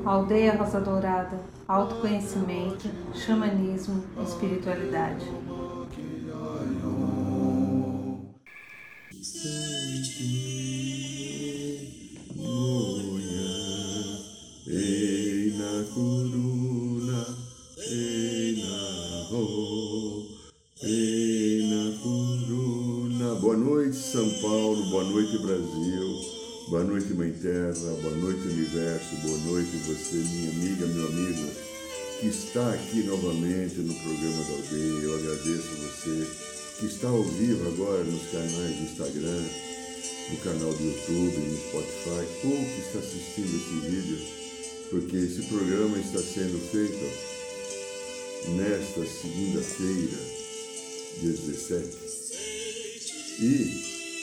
Aldeia Rosa Dourada, autoconhecimento, xamanismo, espiritualidade. Boa noite, São Paulo, boa noite, Brasil, boa noite, Mãe Terra, boa noite, Universo, boa noite, você, minha amiga, meu amigo, que está aqui novamente no programa da Aldeia. Eu agradeço você que está ao vivo agora nos canais do Instagram, no canal do YouTube, no Spotify, ou que está assistindo esse vídeo, porque esse programa está sendo feito nesta segunda-feira, dia 17. E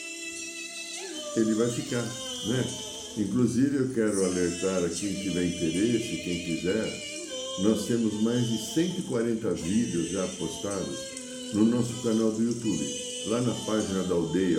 ele vai ficar, né? Inclusive, eu quero alertar a quem tiver interesse, quem quiser, nós temos mais de 140 vídeos já postados no nosso canal do YouTube. Lá na página da Aldeia,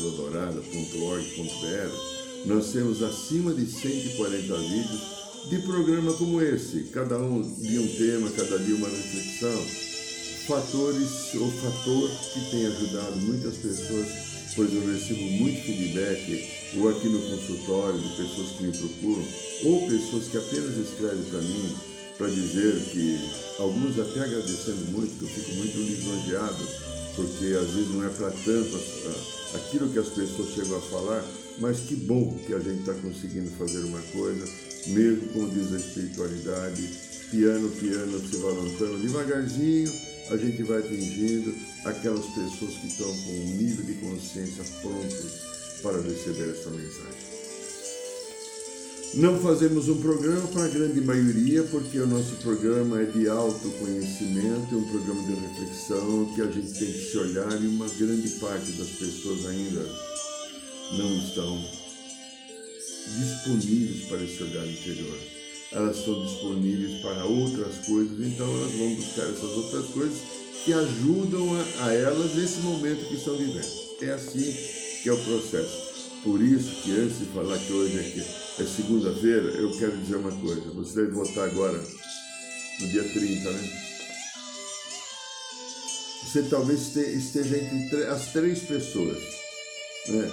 aldeiarosodorada.org.br, nós temos acima de 140 vídeos de programa como esse, cada um de um tema, cada dia uma reflexão. Fatores, o fator que tem ajudado muitas pessoas, pois eu recebo muito feedback, ou aqui no consultório, de pessoas que me procuram, ou pessoas que apenas escrevem para mim, para dizer que, alguns até agradecendo muito, que eu fico muito lisonjeado, porque às vezes não é para tanto aquilo que as pessoas chegam a falar, mas que bom que a gente está conseguindo fazer uma coisa, mesmo como diz a espiritualidade, piano, se balançando devagarzinho, a gente vai atingindo aquelas pessoas que estão com um nível de consciência pronto para receber essa mensagem. Não fazemos um programa para a grande maioria, porque o nosso programa é de autoconhecimento, é um programa de reflexão, que a gente tem que se olhar, e uma grande parte das pessoas ainda não estão disponíveis para esse olhar interior. Elas estão disponíveis para outras coisas, então elas vão buscar essas outras coisas que ajudam a elas nesse momento que estão vivendo. É assim que é o processo. Por isso que antes de falar que hoje é segunda-feira, eu quero dizer uma coisa. Você deve votar agora, no dia 30, né? Você talvez esteja entre as 3 pessoas, né?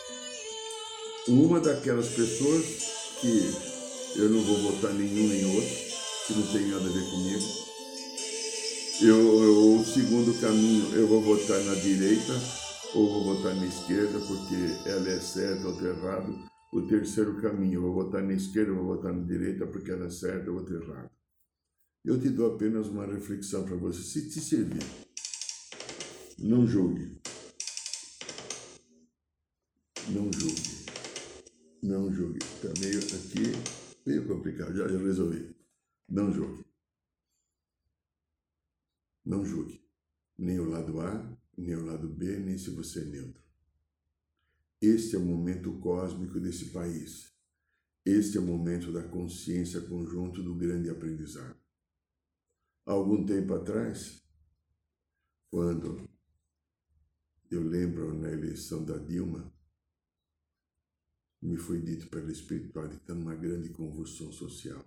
Uma daquelas pessoas que eu não vou votar nenhum nem outro, que não tem nada a ver comigo. O segundo caminho, eu vou votar na direita ou vou votar na esquerda, porque ela é certa ou errado. O terceiro caminho, eu vou votar na esquerda ou vou votar na direita, porque ela é certa ou errada. Eu te dou apenas uma reflexão para você, se te servir. Não julgue. Não julgue. Não julgue. Está meio complicado, já resolvi. Não julgue. Não julgue. Nem o lado A, nem o lado B, nem se você é neutro. Este é o momento cósmico desse país. Este é o momento da consciência conjunto do grande aprendizado. Há algum tempo atrás, quando eu lembro na eleição da Dilma, me foi dito pela espiritualidade que está numa grande convulsão social.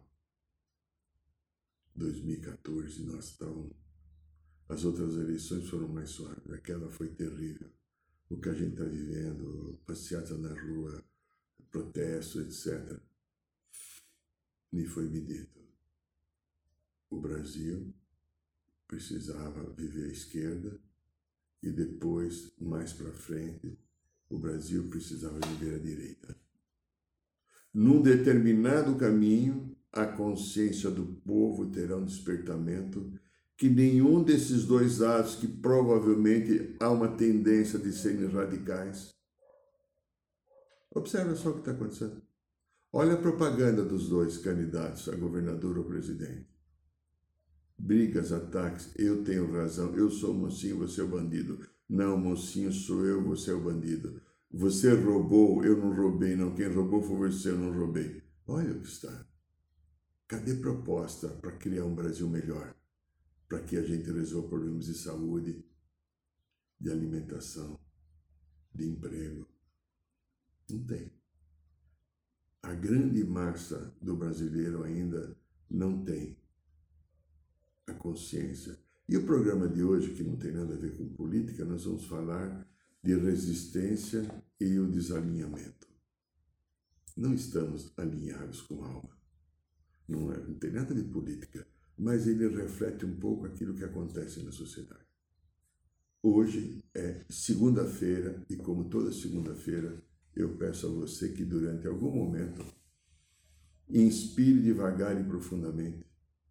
2014, nós estávamos... As outras eleições foram mais suaves, aquela foi terrível. O que a gente está vivendo, passeata na rua, protesto, etc. Me foi dito. O Brasil precisava viver à esquerda e depois, mais para frente, o Brasil precisava viver à direita. Num determinado caminho, a consciência do povo terá um despertamento que nenhum desses dois lados, que provavelmente há uma tendência de serem radicais. Observa só o que está acontecendo. Olha a propaganda dos dois candidatos a governador ou presidente. Brigas, ataques, eu tenho razão, eu sou o mocinho, você é o bandido. Não, mocinho, sou eu, você é o bandido. Você roubou, eu não roubei, não. Quem roubou foi você, eu não roubei. Olha o que está. Cadê proposta para criar um Brasil melhor? Para que a gente resolva problemas de saúde, de alimentação, de emprego. Não tem. a grande massa do brasileiro ainda não tem a consciência. E o programa de hoje, que não tem nada a ver com política, nós vamos falar de resistência e o desalinhamento. Não estamos alinhados com a alma. Não tem nada de política, mas ele reflete um pouco aquilo que acontece na sociedade. Hoje é segunda-feira e, como toda segunda-feira, eu peço a você que durante algum momento inspire devagar e profundamente.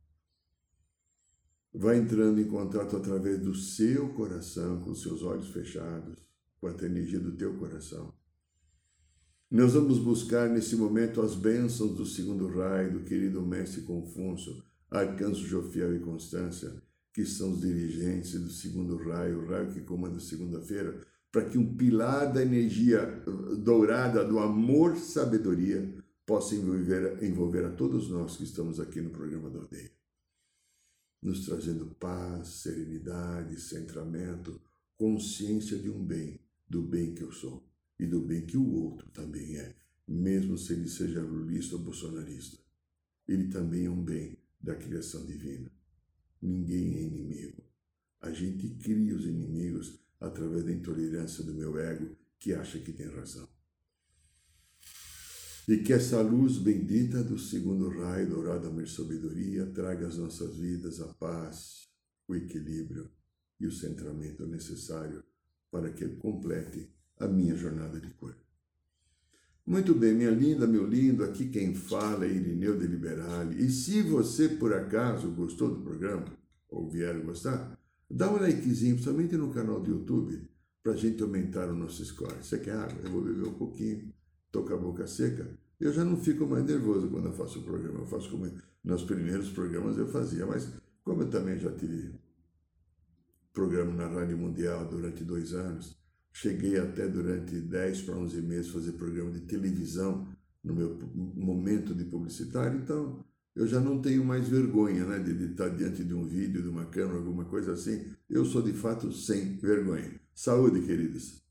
Vá entrando em contato através do seu coração, com os seus olhos fechados, com a energia do teu coração. Nós vamos buscar nesse momento as bênçãos do segundo raio, do querido Mestre Confúcio, Arcanjo Jofiel e Constância, que são os dirigentes do segundo raio, o raio que comanda segunda-feira, para que um pilar da energia dourada, do amor, sabedoria, possa envolver a todos nós que estamos aqui no programa da Aldeia, nos trazendo paz, serenidade, centramento, consciência de um bem, do bem que eu sou e do bem que o outro também é, mesmo se ele seja lulista ou bolsonarista. Ele também é um bem da criação divina. Ninguém é inimigo. A gente cria os inimigos através da intolerância do meu ego, que acha que tem razão. E que essa luz bendita do segundo raio dourado da sabedoria traga às nossas vidas a paz, o equilíbrio e o centramento necessário para que ele complete a minha jornada de cura. Muito bem, minha linda, meu lindo, aqui quem fala é Irineu de Liberale. E se você, por acaso, gostou do programa, ou vier gostar, dá um likezinho, principalmente no canal do YouTube, para a gente aumentar o nosso score. Você quer água? Eu vou beber um pouquinho, estou com a boca seca. Eu já não fico mais nervoso quando eu faço o programa. Eu faço como nos primeiros programas eu fazia, mas como eu também já tive programa na Rádio Mundial durante 2 anos, cheguei até durante 10 para 11 meses fazer programa de televisão no meu momento de publicitário, então eu já não tenho mais vergonha, né, de estar diante de um vídeo, de uma câmera, alguma coisa assim. Eu sou de fato sem vergonha. Saúde, queridos.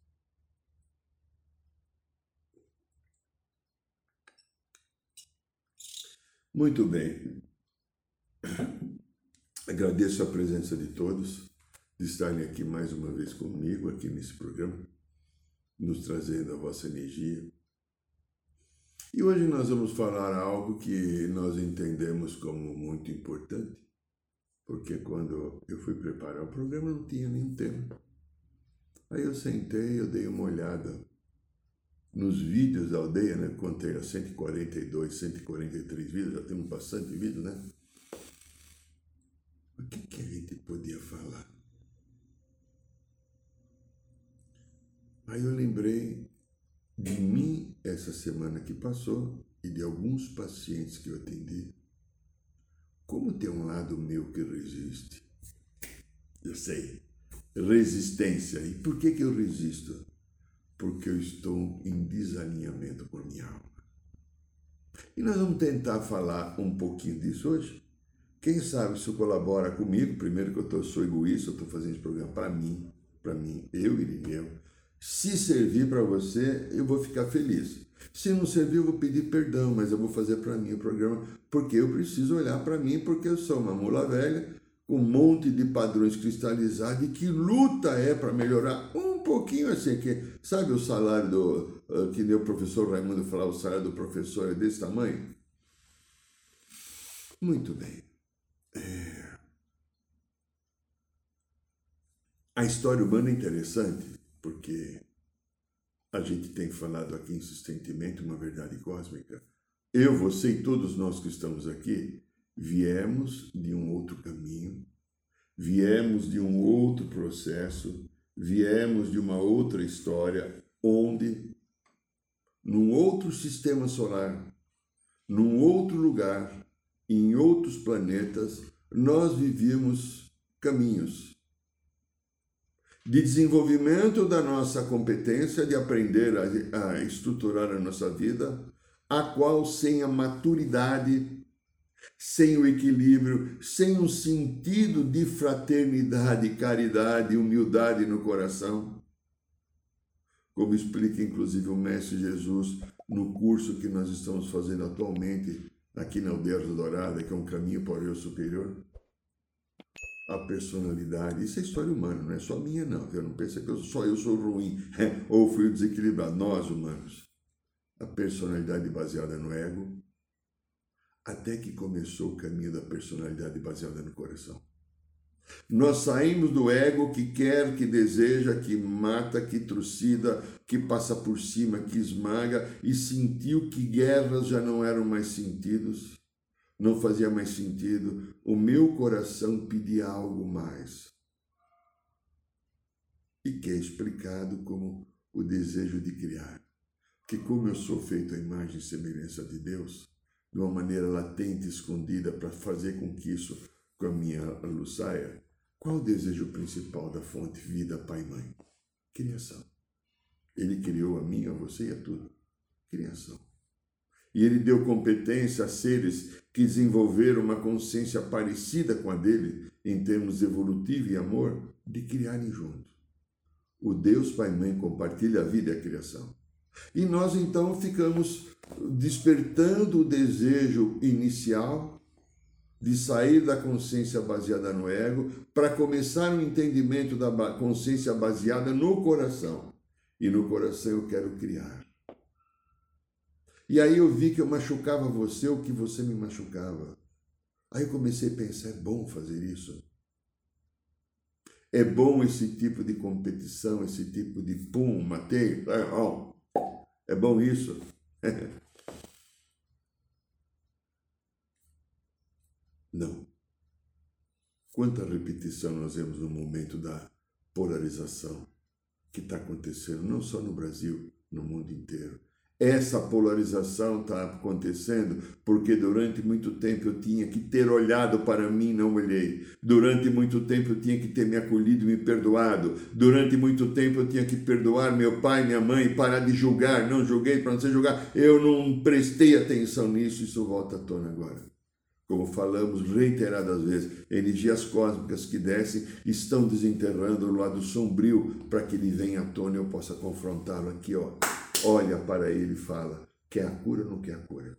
Muito bem. Agradeço a presença de todos, de estarem aqui mais uma vez comigo, aqui nesse programa, nos trazendo a vossa energia. E hoje nós vamos falar algo que nós entendemos como muito importante, porque quando eu fui preparar o programa não tinha nenhum tema. Aí eu sentei, eu dei uma olhada nos vídeos da aldeia, né? Contei a 142, 143 vídeos, já temos bastante vídeo, né? O que a gente podia falar? Aí eu lembrei de mim essa semana que passou e de alguns pacientes que eu atendi. Como tem um lado meu que resiste? Eu sei, resistência. E por que eu resisto? Porque eu estou em desalinhamento com a minha alma. E nós vamos tentar falar um pouquinho disso hoje. Quem sabe isso colabora comigo. Primeiro que eu sou egoísta, eu estou fazendo esse programa para mim, eu, Irineu. Se servir para você, eu vou ficar feliz. Se não servir, eu vou pedir perdão, mas eu vou fazer para mim o programa, porque eu preciso olhar para mim, porque eu sou uma mula velha, com um monte de padrões cristalizados, e que luta é para melhorar um pouquinho assim, que sabe o salário que nem o professor Raimundo falava, o salário do professor é desse tamanho? Muito bem. A história humana é interessante, porque a gente tem falado aqui insistentemente uma verdade cósmica. Eu, você e todos nós que estamos aqui viemos de um outro caminho, viemos de um outro processo, viemos de uma outra história, onde, num outro sistema solar, num outro lugar, em outros planetas, nós vivíamos caminhos de desenvolvimento da nossa competência de aprender a estruturar a nossa vida, a qual sem a maturidade, sem o equilíbrio, sem um sentido de fraternidade, caridade e humildade no coração, como explica inclusive o Mestre Jesus no curso que nós estamos fazendo atualmente aqui na Aldeia Dourada, que é um caminho para o eu superior. A personalidade, isso é história humana, não é só minha não, eu não penso que só eu sou ruim, ou fui desequilibrado, nós humanos. A personalidade baseada no ego, até que começou o caminho da personalidade baseada no coração. Nós saímos do ego que quer, que deseja, que mata, que trucida, que passa por cima, que esmaga, e sentiu que guerras já não eram mais sentidos, não fazia mais sentido. O meu coração pedia algo mais. E que é explicado como o desejo de criar. Porque como eu sou feito à imagem e semelhança de Deus, de uma maneira latente, escondida, para fazer com que isso, com a minha luz saia, qual o desejo principal da fonte vida, pai e mãe? Criação. Ele criou a mim, a você e a tudo. Criação. E ele deu competência a seres que desenvolveram uma consciência parecida com a dele, em termos evolutivo e amor, de criarem juntos. O Deus Pai e Mãe compartilha a vida e a criação. E nós então ficamos despertando o desejo inicial de sair da consciência baseada no ego para começar um entendimento da consciência baseada no coração. E no coração eu quero criar. E aí eu vi que eu machucava você, o que você me machucava. Aí eu comecei a pensar, é bom fazer isso. É bom esse tipo de competição, esse tipo de pum, matei. É bom isso. Não. Quanta repetição nós vemos no momento da polarização que está acontecendo, não só no Brasil, no mundo inteiro. Essa polarização está acontecendo porque durante muito tempo eu tinha que ter olhado para mim, não olhei. Durante muito tempo eu tinha que ter me acolhido e me perdoado. Durante muito tempo eu tinha que perdoar meu pai, minha mãe, parar de julgar. Não julguei para não ser julgar. Eu não prestei atenção nisso, isso volta à tona agora. Como falamos reiteradas vezes, energias cósmicas que descem estão desenterrando o lado sombrio para que ele venha à tona e eu possa confrontá-lo aqui, ó. Olha para ele e fala, quer a cura ou não quer a cura?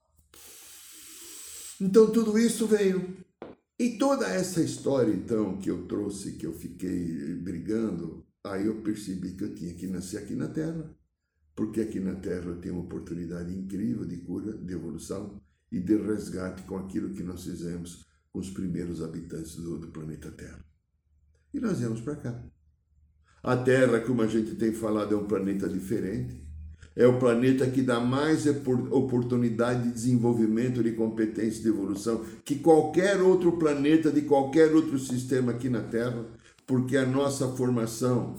Então tudo isso veio. E toda essa história então que eu trouxe, que eu fiquei brigando, aí eu percebi que eu tinha que nascer aqui na Terra. Porque aqui na Terra eu tenho uma oportunidade incrível de cura, de evolução e de resgate com aquilo que nós fizemos com os primeiros habitantes do planeta Terra. E nós viemos para cá. A Terra, como a gente tem falado, é um planeta diferente. É o planeta que dá mais oportunidade de desenvolvimento, de competência, de evolução que qualquer outro planeta, de qualquer outro sistema aqui na Terra, porque a nossa formação,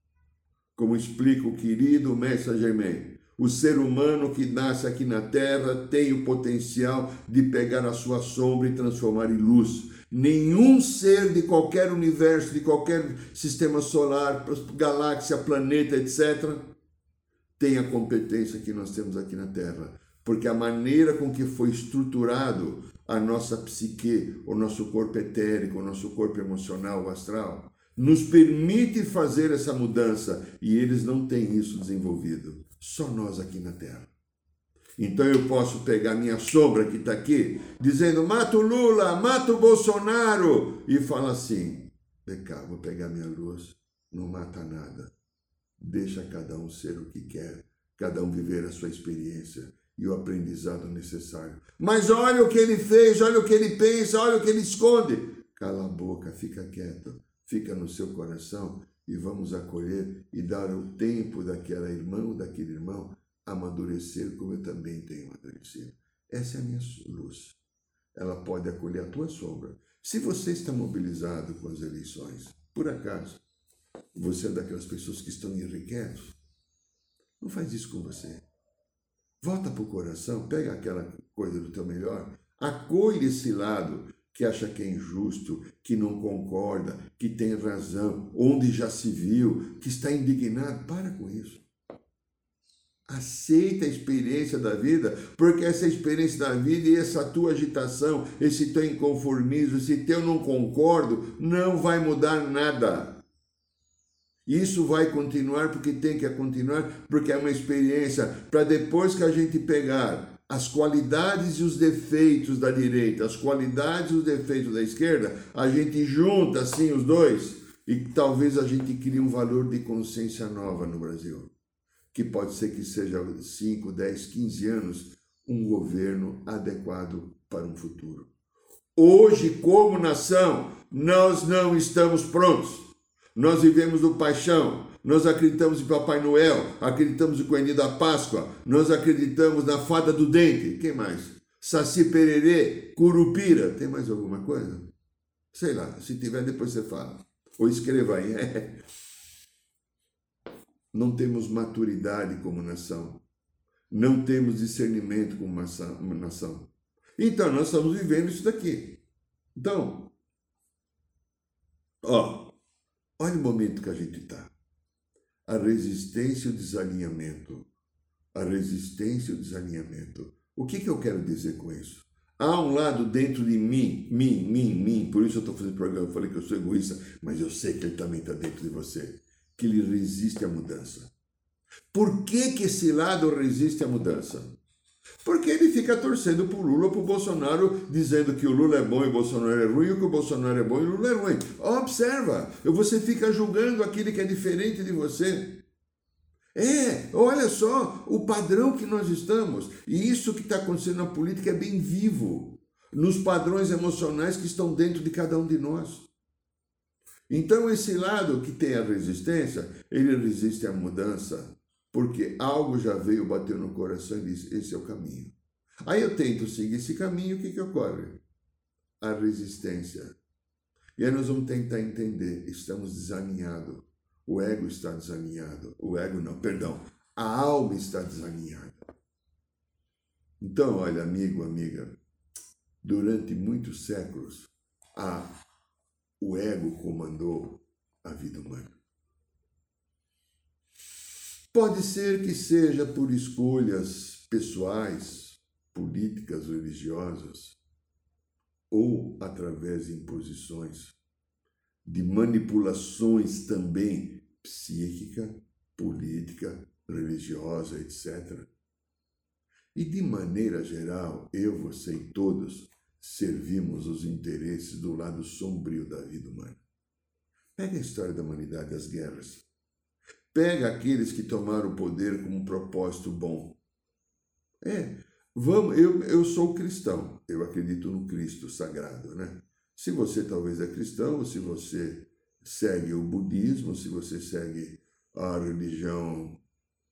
como explica o querido Mestre Germain, o ser humano que nasce aqui na Terra tem o potencial de pegar a sua sombra e transformar em luz. Nenhum ser de qualquer universo, de qualquer sistema solar, galáxia, planeta, etc., tem a competência que nós temos aqui na Terra. Porque a maneira com que foi estruturado a nossa psique, o nosso corpo etérico, o nosso corpo emocional, o astral, nos permite fazer essa mudança. E eles não têm isso desenvolvido. Só nós aqui na Terra. Então eu posso pegar minha sombra que está aqui, dizendo, mata o Lula, mata o Bolsonaro, e fala assim, vem cá, vou pegar minha luz, não mata nada. Deixa cada um ser o que quer, cada um viver a sua experiência e o aprendizado necessário. Mas olha o que ele fez, olha o que ele pensa, olha o que ele esconde. Cala a boca, fica quieto, fica no seu coração e vamos acolher e dar o tempo daquela irmã ou daquele irmão amadurecer como eu também tenho amadurecido. Essa é a minha luz. Ela pode acolher a tua sombra. Se você está mobilizado com as eleições, por acaso, você é daquelas pessoas que estão irrequietos, não faz isso com você. Volta para o coração, pega aquela coisa do teu melhor, acolhe esse lado que acha que é injusto, que não concorda, que tem razão, onde já se viu, que está indignado. Para com isso. Aceita a experiência da vida, porque essa experiência da vida e essa tua agitação, esse teu inconformismo, esse teu não concordo, não vai mudar nada. Isso vai continuar porque tem que continuar, porque é uma experiência para depois que a gente pegar as qualidades e os defeitos da direita, as qualidades e os defeitos da esquerda, a gente junta assim os dois e talvez a gente crie um valor de consciência nova no Brasil, que pode ser que seja 5, 10, 15 anos um governo adequado para um futuro. Hoje, como nação, nós não estamos prontos. Nós vivemos do paixão, nós acreditamos em Papai Noel, acreditamos em Coelhinho da Páscoa, nós acreditamos na Fada do Dente. Quem mais? Saci Pererê, Curupira. Tem mais alguma coisa? Sei lá, se tiver depois você fala. Ou escreva aí. Não temos maturidade como nação. Não temos discernimento como nação. Então, nós estamos vivendo isso daqui. Então, olha o momento que a gente está. A resistência e o desalinhamento. A resistência e o desalinhamento. O que eu quero dizer com isso? Há um lado dentro de mim. Por isso eu estou fazendo programa. Eu falei que eu sou egoísta, mas eu sei que ele também está dentro de você. Que ele resiste à mudança. Por que esse lado resiste à mudança? Porque ele fica torcendo para o Lula ou para o Bolsonaro, dizendo que o Lula é bom e o Bolsonaro é ruim, ou que o Bolsonaro é bom e o Lula é ruim. Observa, você fica julgando aquele que é diferente de você. Olha só o padrão que nós estamos. E isso que está acontecendo na política é bem vivo, nos padrões emocionais que estão dentro de cada um de nós. Então esse lado que tem a resistência, ele resiste à mudança. Porque algo já veio, bateu no coração e disse, esse é o caminho. Aí eu tento seguir esse caminho, o que ocorre? A resistência. E aí nós vamos tentar entender, estamos desalinhados. O ego está desalinhado. A alma está desalinhada. Então, olha, amigo, amiga, durante muitos séculos, o ego comandou a vida humana. Pode ser que seja por escolhas pessoais, políticas, religiosas, ou através de imposições, de manipulações também psíquica, política, religiosa, etc. E de maneira geral, eu, você e todos servimos os interesses do lado sombrio da vida humana. Pega a história da humanidade, das guerras. Pega aqueles que tomaram o poder com um propósito bom. Eu sou cristão, eu acredito no Cristo sagrado, né? Se você talvez é cristão, ou se você segue o budismo, se você segue a religião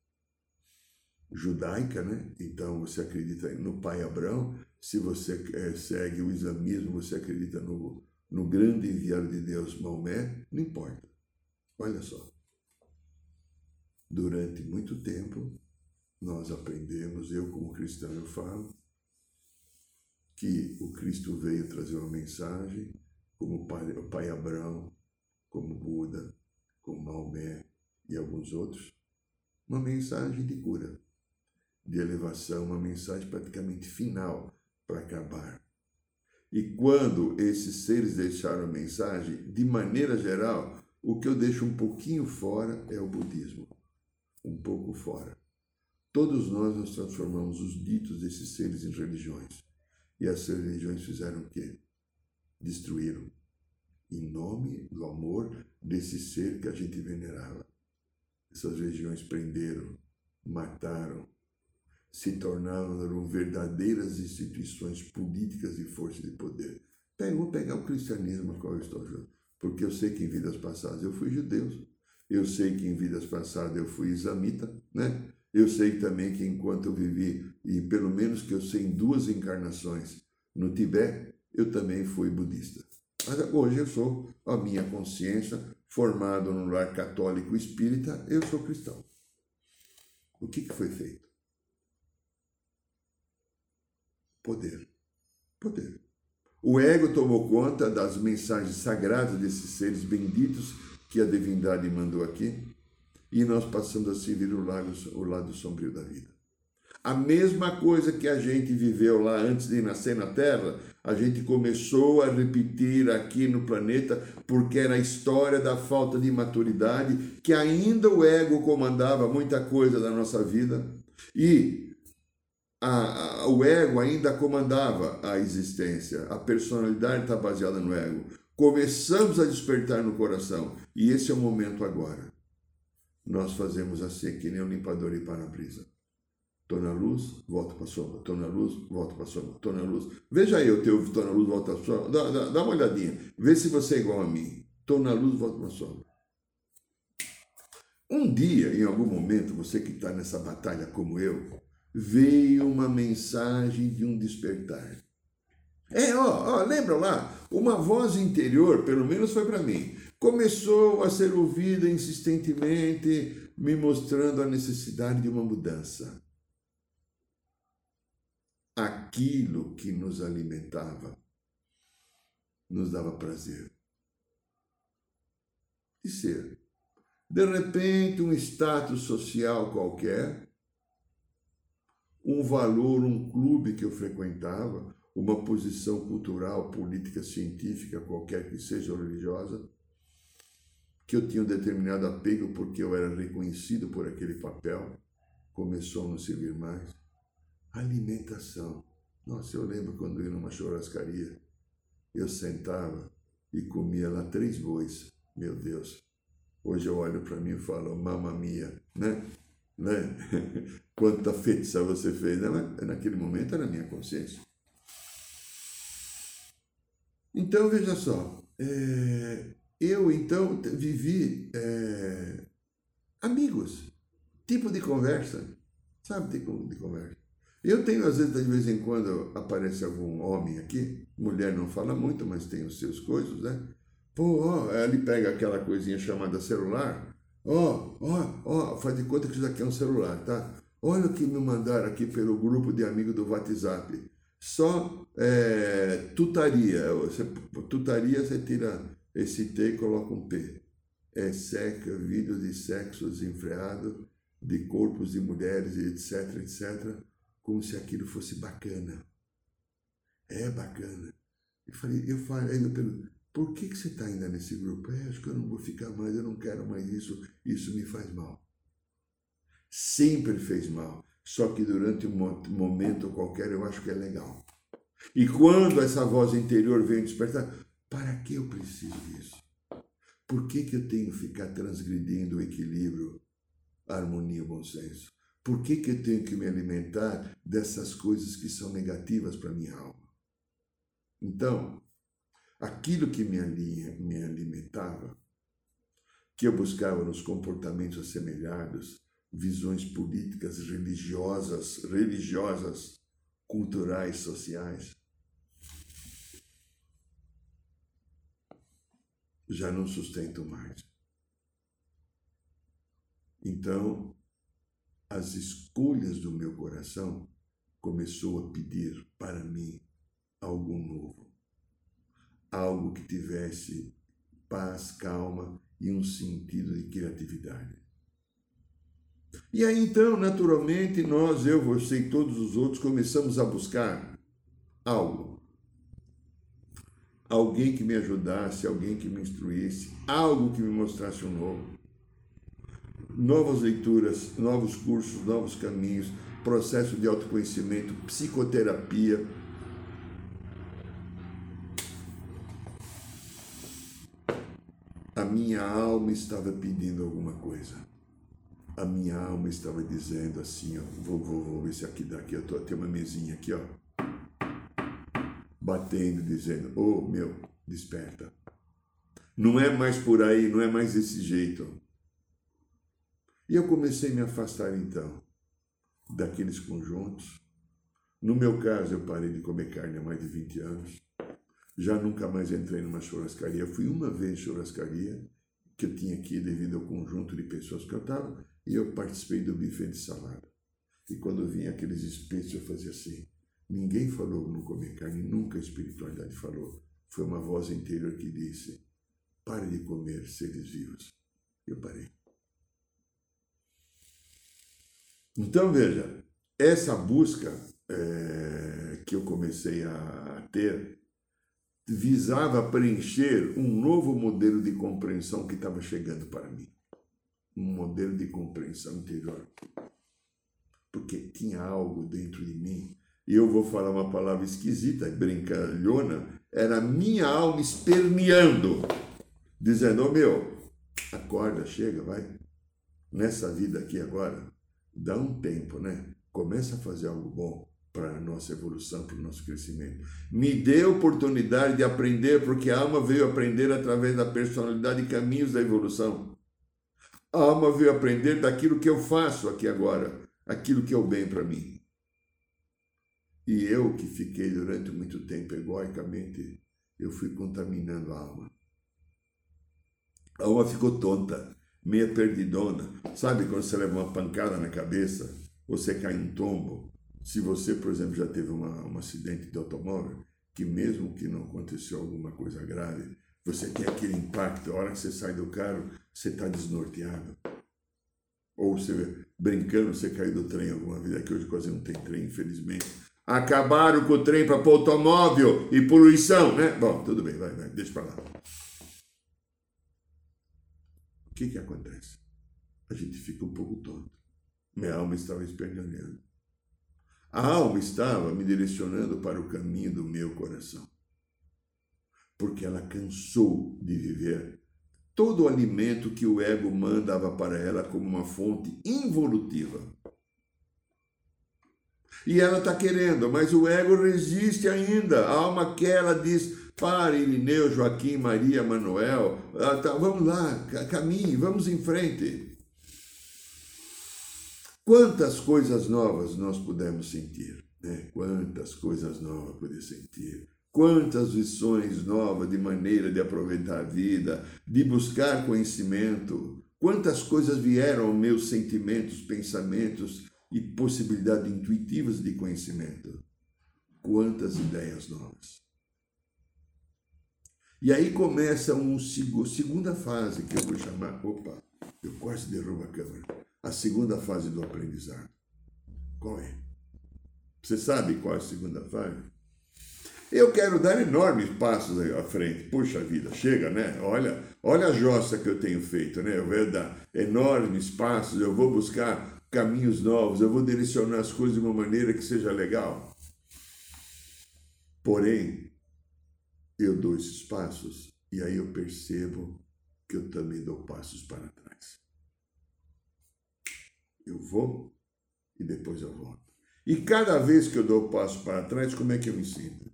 judaica, né? Então você acredita no pai Abraão. Se você segue o islamismo, você acredita no grande enviado de Deus, Maomé, não importa. Olha só. Durante muito tempo, nós aprendemos, eu como cristão eu falo, que o Cristo veio trazer uma mensagem, como o pai Abraão, como Buda, como Maomé e alguns outros, uma mensagem de cura, de elevação, uma mensagem praticamente final para acabar. E quando esses seres deixaram a mensagem, de maneira geral, o que eu deixo um pouquinho fora é o budismo. Um pouco fora. Todos nós transformamos os ditos desses seres em religiões. E as religiões fizeram o quê? Destruíram. Em nome do amor desse ser que a gente venerava. Essas religiões prenderam, mataram, se tornaram verdadeiras instituições políticas de força de poder. Vou pegar o cristianismo a qual eu estou junto. Porque eu sei que em vidas passadas eu fui judeu. Eu sei que em vidas passadas eu fui islamita, né? Eu sei também que enquanto eu vivi, e pelo menos que eu sei em 2 encarnações no Tibete, eu também fui budista. Mas hoje eu sou, a minha consciência, formado num lar católico espírita, eu sou cristão. O que foi feito? Poder. O ego tomou conta das mensagens sagradas desses seres benditos que a divindade mandou aqui, e nós passamos a servir o lado sombrio da vida. A mesma coisa que a gente viveu lá antes de nascer na Terra, a gente começou a repetir aqui no planeta, porque era a história da falta de maturidade, que ainda o ego comandava muita coisa da nossa vida, e o ego ainda comandava a existência. A personalidade está baseada no ego. Começamos a despertar no coração, e esse é o momento agora. Nós fazemos assim, que nem um limpador de para-brisa. Estou na luz, volto para a sombra. Estou na luz, volto para a sombra. Estou na luz. Veja aí o teu estou na luz, volto para a sombra. Dá uma olhadinha. Vê se você é igual a mim. Estou na luz, volto para a sombra. Um dia, em algum momento, você que está nessa batalha como eu, veio uma mensagem de um despertar. Lembra lá? Uma voz interior, pelo menos foi para mim, começou a ser ouvida insistentemente, me mostrando a necessidade de uma mudança. Aquilo que nos alimentava nos dava prazer de ser. De repente, um status social qualquer, um valor, um clube que eu frequentava, uma posição cultural, política, científica, qualquer que seja, religiosa, que eu tinha um determinado apego porque eu era reconhecido por aquele papel, começou a não servir mais. Alimentação. Nossa, eu lembro quando eu ia numa churrascaria, eu sentava e comia lá 3 bois. Meu Deus. Hoje eu olho para mim e falo, mamma mia, né? Quanta feitiça você fez, né? Mas naquele momento era a minha consciência. Então, veja só, eu então vivi amigos, tipo de conversa, sabe, tipo de conversa. Eu tenho, às vezes, de vez em quando aparece algum homem aqui, mulher não fala muito, mas tem os seus coisas, né? Ele pega aquela coisinha chamada celular, faz de conta que isso aqui é um celular, tá? Olha o que me mandaram aqui pelo grupo de amigos do WhatsApp. Só tutaria. Tutaria, você tira esse T e coloca um P. Vídeo de sexo desenfreado, de corpos de mulheres, etc, etc. Como se aquilo fosse bacana. É bacana. Eu pergunto, por que você está ainda nesse grupo? Acho que eu não vou ficar mais, eu não quero mais isso, isso me faz mal. Sempre fez mal, só que durante um momento qualquer eu acho que é legal. E quando essa voz interior vem despertar, para que eu preciso disso? Por que eu tenho que ficar transgredindo o equilíbrio, a harmonia, o bom senso? Por que eu tenho que me alimentar dessas coisas que são negativas para a minha alma? Então, aquilo que me alimentava, que eu buscava nos comportamentos assemelhados, visões políticas, religiosas, culturais, sociais, já não sustento mais. Então, as escolhas do meu coração começou a pedir para mim algo novo. Algo que tivesse paz, calma e um sentido de criatividade. E aí então, naturalmente, eu, você e todos os outros começamos a buscar algo. Alguém que me ajudasse, alguém que me instruísse, algo que me mostrasse um novo. Novas leituras, novos cursos, novos caminhos, processo de autoconhecimento, psicoterapia. A minha alma estava pedindo alguma coisa. A minha alma estava dizendo assim, ó, vou ver se aqui daqui, eu tenho uma mesinha aqui, ó, batendo, dizendo, meu, desperta. Não é mais por aí, não é mais desse jeito. E eu comecei a me afastar então daqueles conjuntos. No meu caso, eu parei de comer carne há mais de 20 anos. Já nunca mais entrei numa churrascaria. Fui uma vez em churrascaria, que eu tinha aqui devido ao conjunto de pessoas que eu estava, e eu participei do buffet de salada. E quando vinha aqueles espetos, eu fazia assim. Ninguém falou não comer carne, nunca a espiritualidade falou. Foi uma voz interior que disse, pare de comer seres vivos. Eu parei. Então, veja, essa busca que eu comecei a ter visava preencher um novo modelo de compreensão que estava chegando para mim. Um modelo de compreensão interior. Porque tinha algo dentro de mim, e eu vou falar uma palavra esquisita, brincalhona, era a minha alma esperneando, dizendo, ô meu, acorda, chega, vai. Nessa vida aqui agora, dá um tempo, né? Começa a fazer algo bom para a nossa evolução, para o nosso crescimento. Me dê a oportunidade de aprender, porque a alma veio aprender através da personalidade e caminhos da evolução. A alma veio aprender daquilo que eu faço aqui agora, aquilo que é o bem para mim. E eu que fiquei durante muito tempo egoicamente, eu fui contaminando a alma. A alma ficou tonta, meia perdidona. Sabe quando você leva uma pancada na cabeça, você cai em tombo? Se você, por exemplo, já teve um acidente de automóvel, que mesmo que não aconteceu alguma coisa grave, você tem aquele impacto, a hora que você sai do carro, você está desnorteado. Ou você, brincando, você caiu do trem alguma vez, que hoje quase não tem trem, infelizmente. Acabaram com o trem para pôr automóvel e poluição, né? Bom, tudo bem, vai, deixa para lá. O que acontece? A gente fica um pouco tonto. Minha alma estava esperneando. A alma estava me direcionando para o caminho do meu coração. Porque ela cansou de viver todo o alimento que o ego mandava para ela como uma fonte involutiva. E ela está querendo, mas o ego resiste ainda. A alma quer, ela diz, pare, Irineu, Joaquim, Maria, Manuel, vamos lá, caminhe, vamos em frente. Quantas coisas novas nós pudemos sentir, né? Quantas coisas novas poder sentir. Quantas lições novas de maneira de aproveitar a vida, de buscar conhecimento. Quantas coisas vieram aos meus sentimentos, pensamentos e possibilidades intuitivas de conhecimento. Quantas ideias novas. E aí começa uma segunda fase que eu vou chamar... Opa, eu quase derrubo a câmera. A segunda fase do aprendizado. Qual é? Você sabe qual é a segunda fase? Eu quero dar enormes passos à frente. Puxa vida, chega, né? Olha a jossa que eu tenho feito, né? Eu vou dar enormes passos, eu vou buscar caminhos novos, eu vou direcionar as coisas de uma maneira que seja legal. Porém, eu dou esses passos e aí eu percebo que eu também dou passos para trás. Eu vou e depois eu volto. E cada vez que eu dou passo para trás, como é que eu me sinto?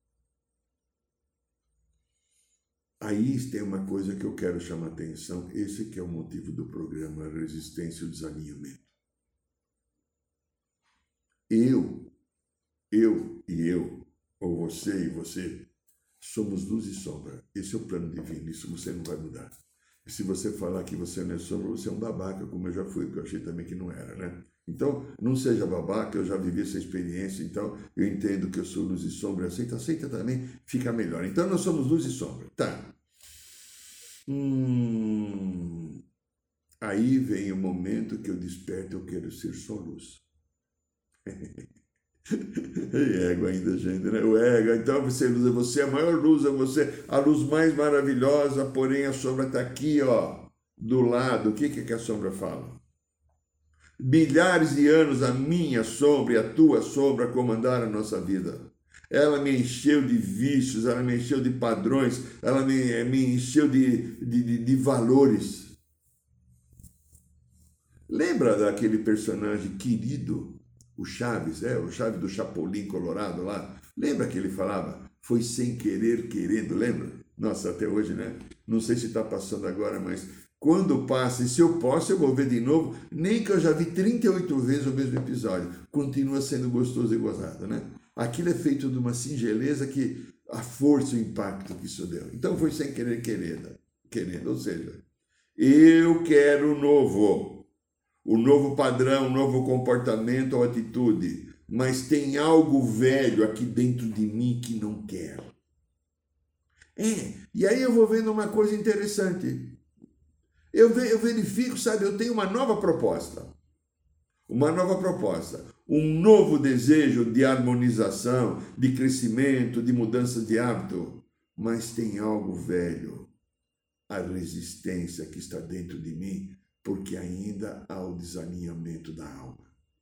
Aí tem uma coisa que eu quero chamar a atenção, esse que é o motivo do programa Resistência e o Desalinhamento. Eu, ou você e você, somos luz e sombra. Esse é o plano divino, isso você não vai mudar. E se você falar que você não é sombra, você é um babaca, como eu já fui, porque eu achei também que não era, né? Então, não seja babaca, eu já vivi essa experiência, então eu entendo que eu sou luz e sombra, aceita também, fica melhor. Então, nós somos luz e sombra, tá? Aí vem o momento que eu desperto, eu quero ser só luz. E ego ainda, gente, né? O ego, então você é a maior luz, você a luz mais maravilhosa, porém a sombra está aqui, ó, do lado. O que a sombra fala? Bilhares de anos a minha sombra e a tua sombra comandaram a nossa vida. Ela me encheu de vícios, ela me encheu de padrões, ela me encheu de valores. Lembra daquele personagem querido? O Chaves, o Chaves do Chapolin Colorado lá. Lembra que ele falava? Foi sem querer, querendo, lembra? Nossa, até hoje, né? Não sei se está passando agora, mas quando passa, e se eu posso, eu vou ver de novo, nem que eu já vi 38 vezes o mesmo episódio. Continua sendo gostoso e gozado, né? Aquilo é feito de uma singeleza que a força e o impacto que isso deu. Então foi sem querer, querendo. Ou seja, eu quero o novo padrão, um novo comportamento ou atitude, mas tem algo velho aqui dentro de mim que não quer. E aí eu vou vendo uma coisa interessante. Eu verifico, sabe, eu tenho uma nova proposta. um novo desejo de harmonização, de crescimento, de mudança de hábito, mas tem algo velho, a resistência que está dentro de mim, porque ainda há o desalinhamento da alma.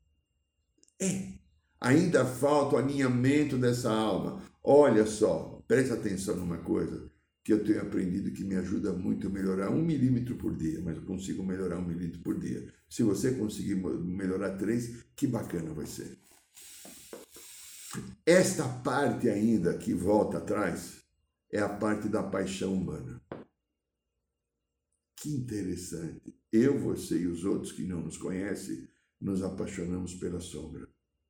Ainda falta o alinhamento dessa alma. Olha só, presta atenção numa coisa que eu tenho aprendido que me ajuda muito a melhorar 1 milímetro por dia, mas eu consigo melhorar 1 milímetro por dia. Se você conseguir melhorar 3, que bacana vai ser. Esta parte ainda que volta atrás é a parte da paixão humana. Que interessante. Eu, você e os outros que não nos conhecem, nos apaixonamos pela sombra.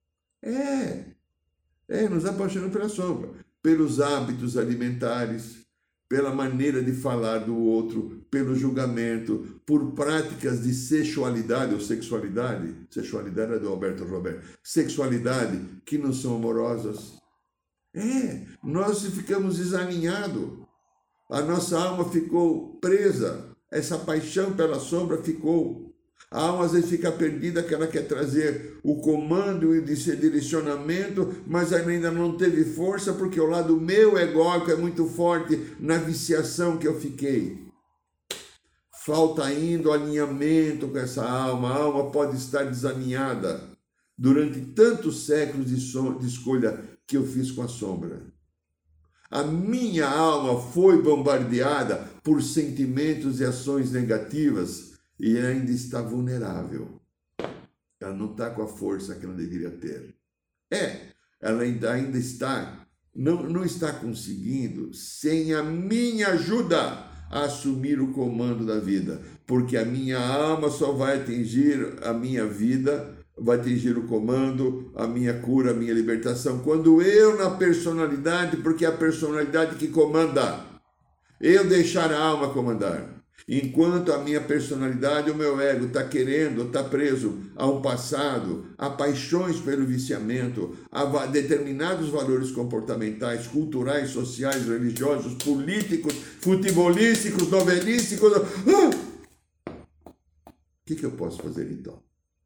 Nos apaixonamos pela sombra, pelos hábitos alimentares, pela maneira de falar do outro, pelo julgamento, por práticas de sexualidade ou sexualidade é do Alberto Roberto, sexualidade que não são amorosas. Nós ficamos desalinhados, a nossa alma ficou presa, essa paixão pela sombra ficou. A alma às vezes fica perdida, que ela quer trazer o comando e o direcionamento, mas ainda não teve força, porque o lado meu egóico é muito forte na viciação que eu fiquei. Falta ainda o alinhamento com essa alma. A alma pode estar desalinhada durante tantos séculos de escolha que eu fiz com a sombra. A minha alma foi bombardeada por sentimentos e ações negativas, e ainda está vulnerável. Ela não está com a força que ela deveria ter. Ela ainda está, não está conseguindo, sem a minha ajuda, a assumir o comando da vida. Porque a minha alma só vai atingir a minha vida, vai atingir o comando, a minha cura, a minha libertação, quando eu na personalidade, porque é a personalidade que comanda, eu deixar a alma comandar. Enquanto a minha personalidade, o meu ego está preso a um passado, a paixões pelo viciamento, a determinados valores comportamentais, culturais, sociais, religiosos, políticos, futebolísticos, novelísticos. O que eu posso fazer então?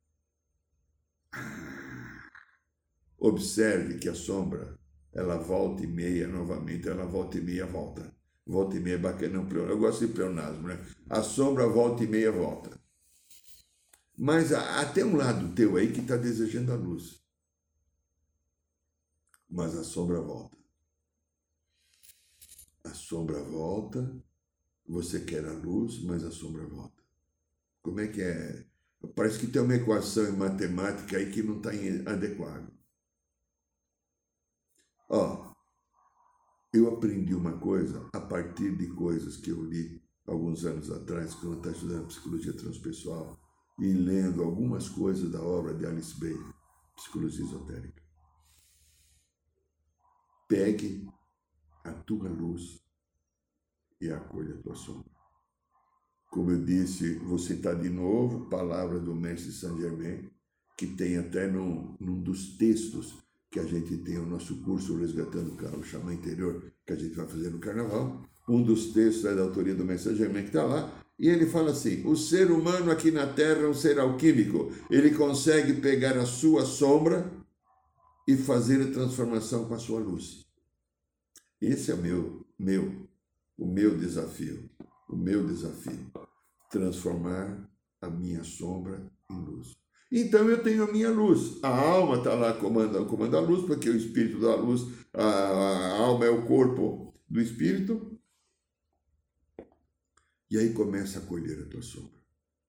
Observe que a sombra, ela volta e meia novamente, ela volta e meia volta. Volta e meia é bacana, eu gosto de pleonasmo, né? A sombra volta e meia volta. Mas até um lado teu aí que está desejando a luz. Mas a sombra volta. A sombra volta, você quer a luz, mas a sombra volta. Como é que é? Parece que tem uma equação em matemática aí que não está adequada. Eu aprendi uma coisa a partir de coisas que eu li alguns anos atrás, quando eu estava estudando psicologia transpessoal e lendo algumas coisas da obra de Alice Bailey, Psicologia Esotérica. Pegue a tua luz e acolha a tua sombra. Como eu disse, vou citar de novo palavra do mestre Saint Germain, que tem até num dos textos que a gente tem o nosso curso Resgatando o Xamã Interior, que a gente vai fazer no Carnaval. Um dos textos é da autoria do mestre Saint Germain, que está lá, e ele fala assim: o ser humano aqui na Terra é um ser alquímico, ele consegue pegar a sua sombra e fazer a transformação com a sua luz. Esse é o meu desafio, transformar a minha sombra em luz. Então eu tenho a minha luz, a alma está lá comanda a luz, porque o espírito da luz, a alma é o corpo do espírito, e aí começa a acolher a tua sombra.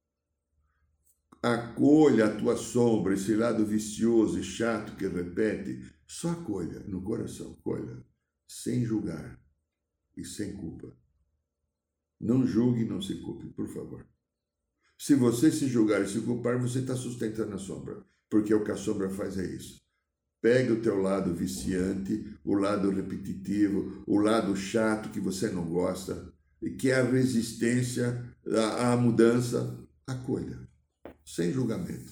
Acolha a tua sombra, esse lado vicioso e chato que repete, só acolha no coração, acolha, sem julgar e sem culpa. Não julgue e não se culpe, por favor. Se você se julgar e se culpar, você está sustentando a sombra, porque o que a sombra faz é isso. Pega o teu lado viciante, o lado repetitivo, o lado chato que você não gosta, e que é a resistência à mudança, acolha, sem julgamento.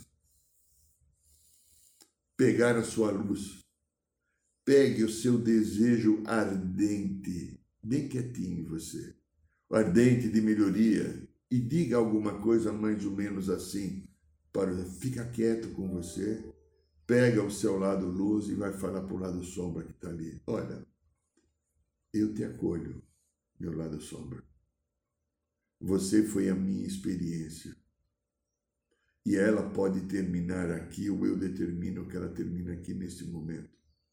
Pegar a sua luz, pegue o seu desejo ardente, bem quietinho em você, ardente de melhoria, e diga alguma coisa mais ou menos assim, fica quieto com você, pega o seu lado luz e vai falar para o lado sombra que está ali. Olha, eu te acolho, meu lado sombra. Você foi a minha experiência. E ela pode terminar aqui, ou eu determino que ela termine aqui neste momento.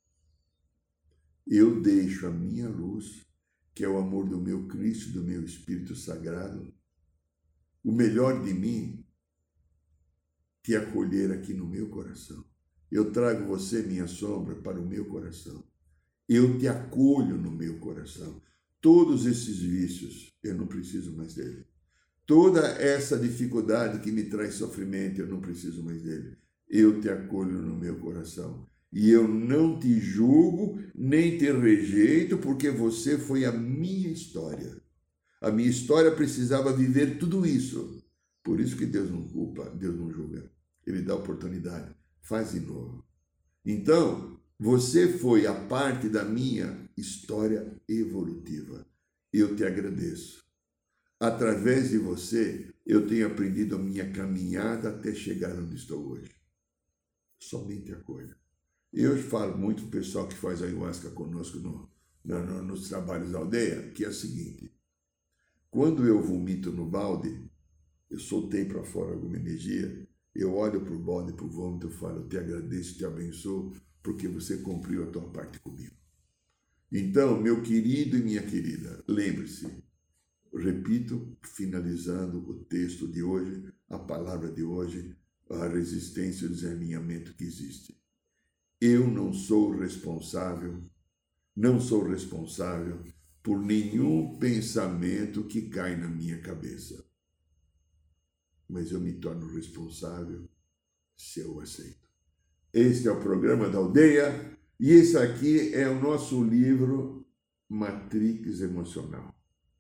Eu deixo a minha luz, que é o amor do meu Cristo, do meu Espírito Sagrado, o melhor de mim, te acolher aqui no meu coração. Eu trago você, minha sombra, para o meu coração. Eu te acolho no meu coração. Todos esses vícios, eu não preciso mais dele. Toda essa dificuldade que me traz sofrimento, eu não preciso mais dele. Eu te acolho no meu coração. E eu não te julgo, nem te rejeito, porque você foi a minha história. A minha história precisava viver tudo isso. Por isso que Deus não culpa, Deus não julga. Ele dá oportunidade. Faz de novo. Então, você foi a parte da minha história evolutiva. Eu te agradeço. Através de você, eu tenho aprendido a minha caminhada até chegar onde estou hoje. Somente acolha. Eu falo muito para o pessoal que faz ayahuasca conosco nos trabalhos da aldeia, que é o seguinte: quando eu vomito no balde, eu soltei para fora alguma energia, eu olho para o balde, para o vômito, eu falo, eu te agradeço, te abençoo, porque você cumpriu a tua parte comigo. Então, meu querido e minha querida, lembre-se, repito, finalizando o texto de hoje, a palavra de hoje, a resistência e o desalinhamento que existe. Eu não sou responsável por nenhum pensamento que cai na minha cabeça. Mas eu me torno responsável se eu aceito. Este é o programa da aldeia e esse aqui é o nosso livro Matrix Emocional.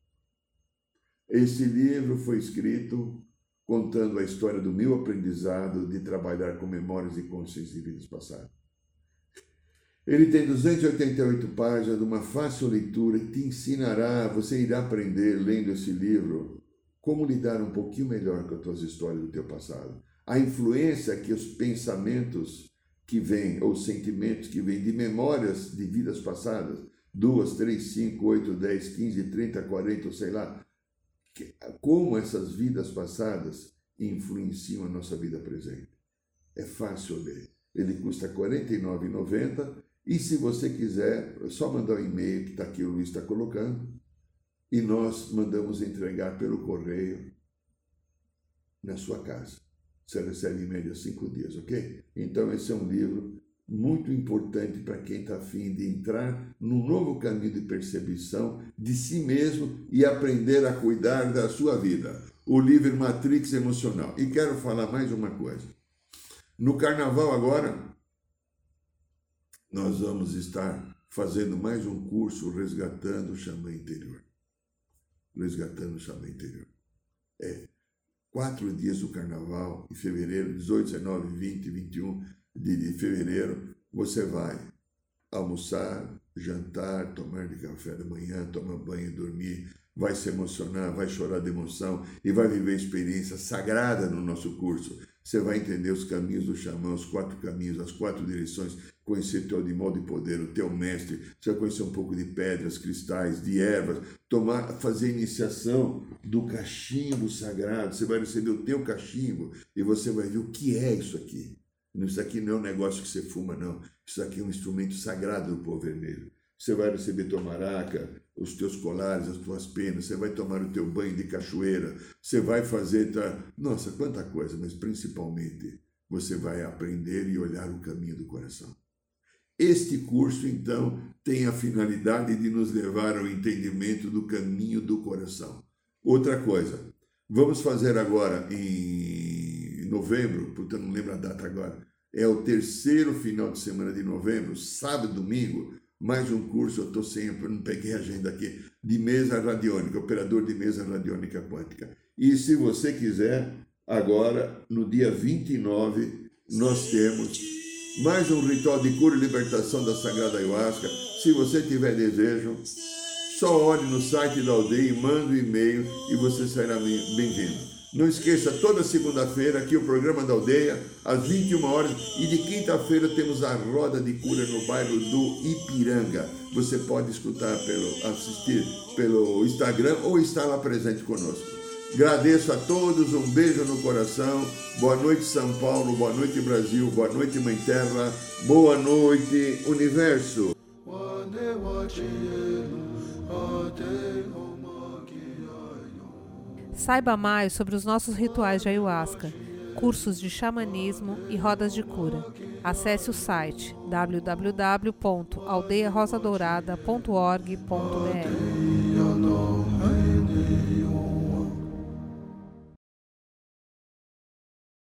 Esse livro foi escrito contando a história do meu aprendizado de trabalhar com memórias e consciências de vidas passadas. Ele tem 288 páginas, de uma fácil leitura, e te ensinará, você irá aprender, lendo esse livro, como lidar um pouquinho melhor com as tuas histórias do teu passado. A influência que os pensamentos que vêm, ou sentimentos que vêm de memórias de vidas passadas, 2, 3, 5, 8, 10, 15, 30, 40, sei lá, como essas vidas passadas influenciam a nossa vida presente. É fácil ler. Ele custa R$ 49,90 e se você quiser, é só mandar um e-mail que está aqui, o Luiz está colocando, e nós mandamos entregar pelo correio na sua casa. Você recebe em média 5 dias, ok? Então esse é um livro muito importante para quem está a fim de entrar num novo caminho de percepção de si mesmo e aprender a cuidar da sua vida. O livro Matrix Emocional. E quero falar mais uma coisa. No carnaval agora, nós vamos estar fazendo mais um curso resgatando o xamã interior. Resgatando o xamã interior. 4 dias do carnaval, em fevereiro, 18, 19, 20, 21 de fevereiro, você vai almoçar, jantar, tomar de café da manhã, tomar banho e dormir, vai se emocionar, vai chorar de emoção e vai viver experiência sagrada no nosso curso. Você vai entender os caminhos do xamã, os 4 caminhos, as 4 direções, conhecer teu animal de poder, o teu mestre, você vai conhecer um pouco de pedras, cristais, de ervas, fazer a iniciação do cachimbo sagrado, você vai receber o teu cachimbo e você vai ver o que é isso aqui. Isso aqui não é um negócio que você fuma, não. Isso aqui é um instrumento sagrado do povo vermelho. Você vai receber tua maraca, os teus colares, as tuas penas, você vai tomar o teu banho de cachoeira, você vai fazer... Nossa, quanta coisa, mas principalmente você vai aprender e olhar o caminho do coração. Este curso, então, tem a finalidade de nos levar ao entendimento do caminho do coração. Outra coisa, vamos fazer agora em novembro, porque eu não lembro a data agora, é o 3º final de semana de novembro, sábado e domingo, mais um curso, eu estou sempre, não peguei a agenda aqui, de mesa radiônica, operador de mesa radiônica quântica. E se você quiser, agora, no dia 29, nós temos mais um ritual de cura e libertação da Sagrada Ayahuasca. Se você tiver desejo, só olhe no site da aldeia e mande um e-mail e você será bem-vindo. Não esqueça, toda segunda-feira aqui o programa da aldeia, às 21 horas, e de quinta-feira temos a Roda de Cura no bairro do Ipiranga. Você pode assistir pelo Instagram ou estar lá presente conosco. Agradeço a todos, um beijo no coração. Boa noite, São Paulo, boa noite, Brasil, boa noite, Mãe Terra, boa noite, Universo. Saiba mais sobre os nossos rituais de ayahuasca, cursos de xamanismo e rodas de cura. Acesse o site www.aldeiarosadourada.org.br.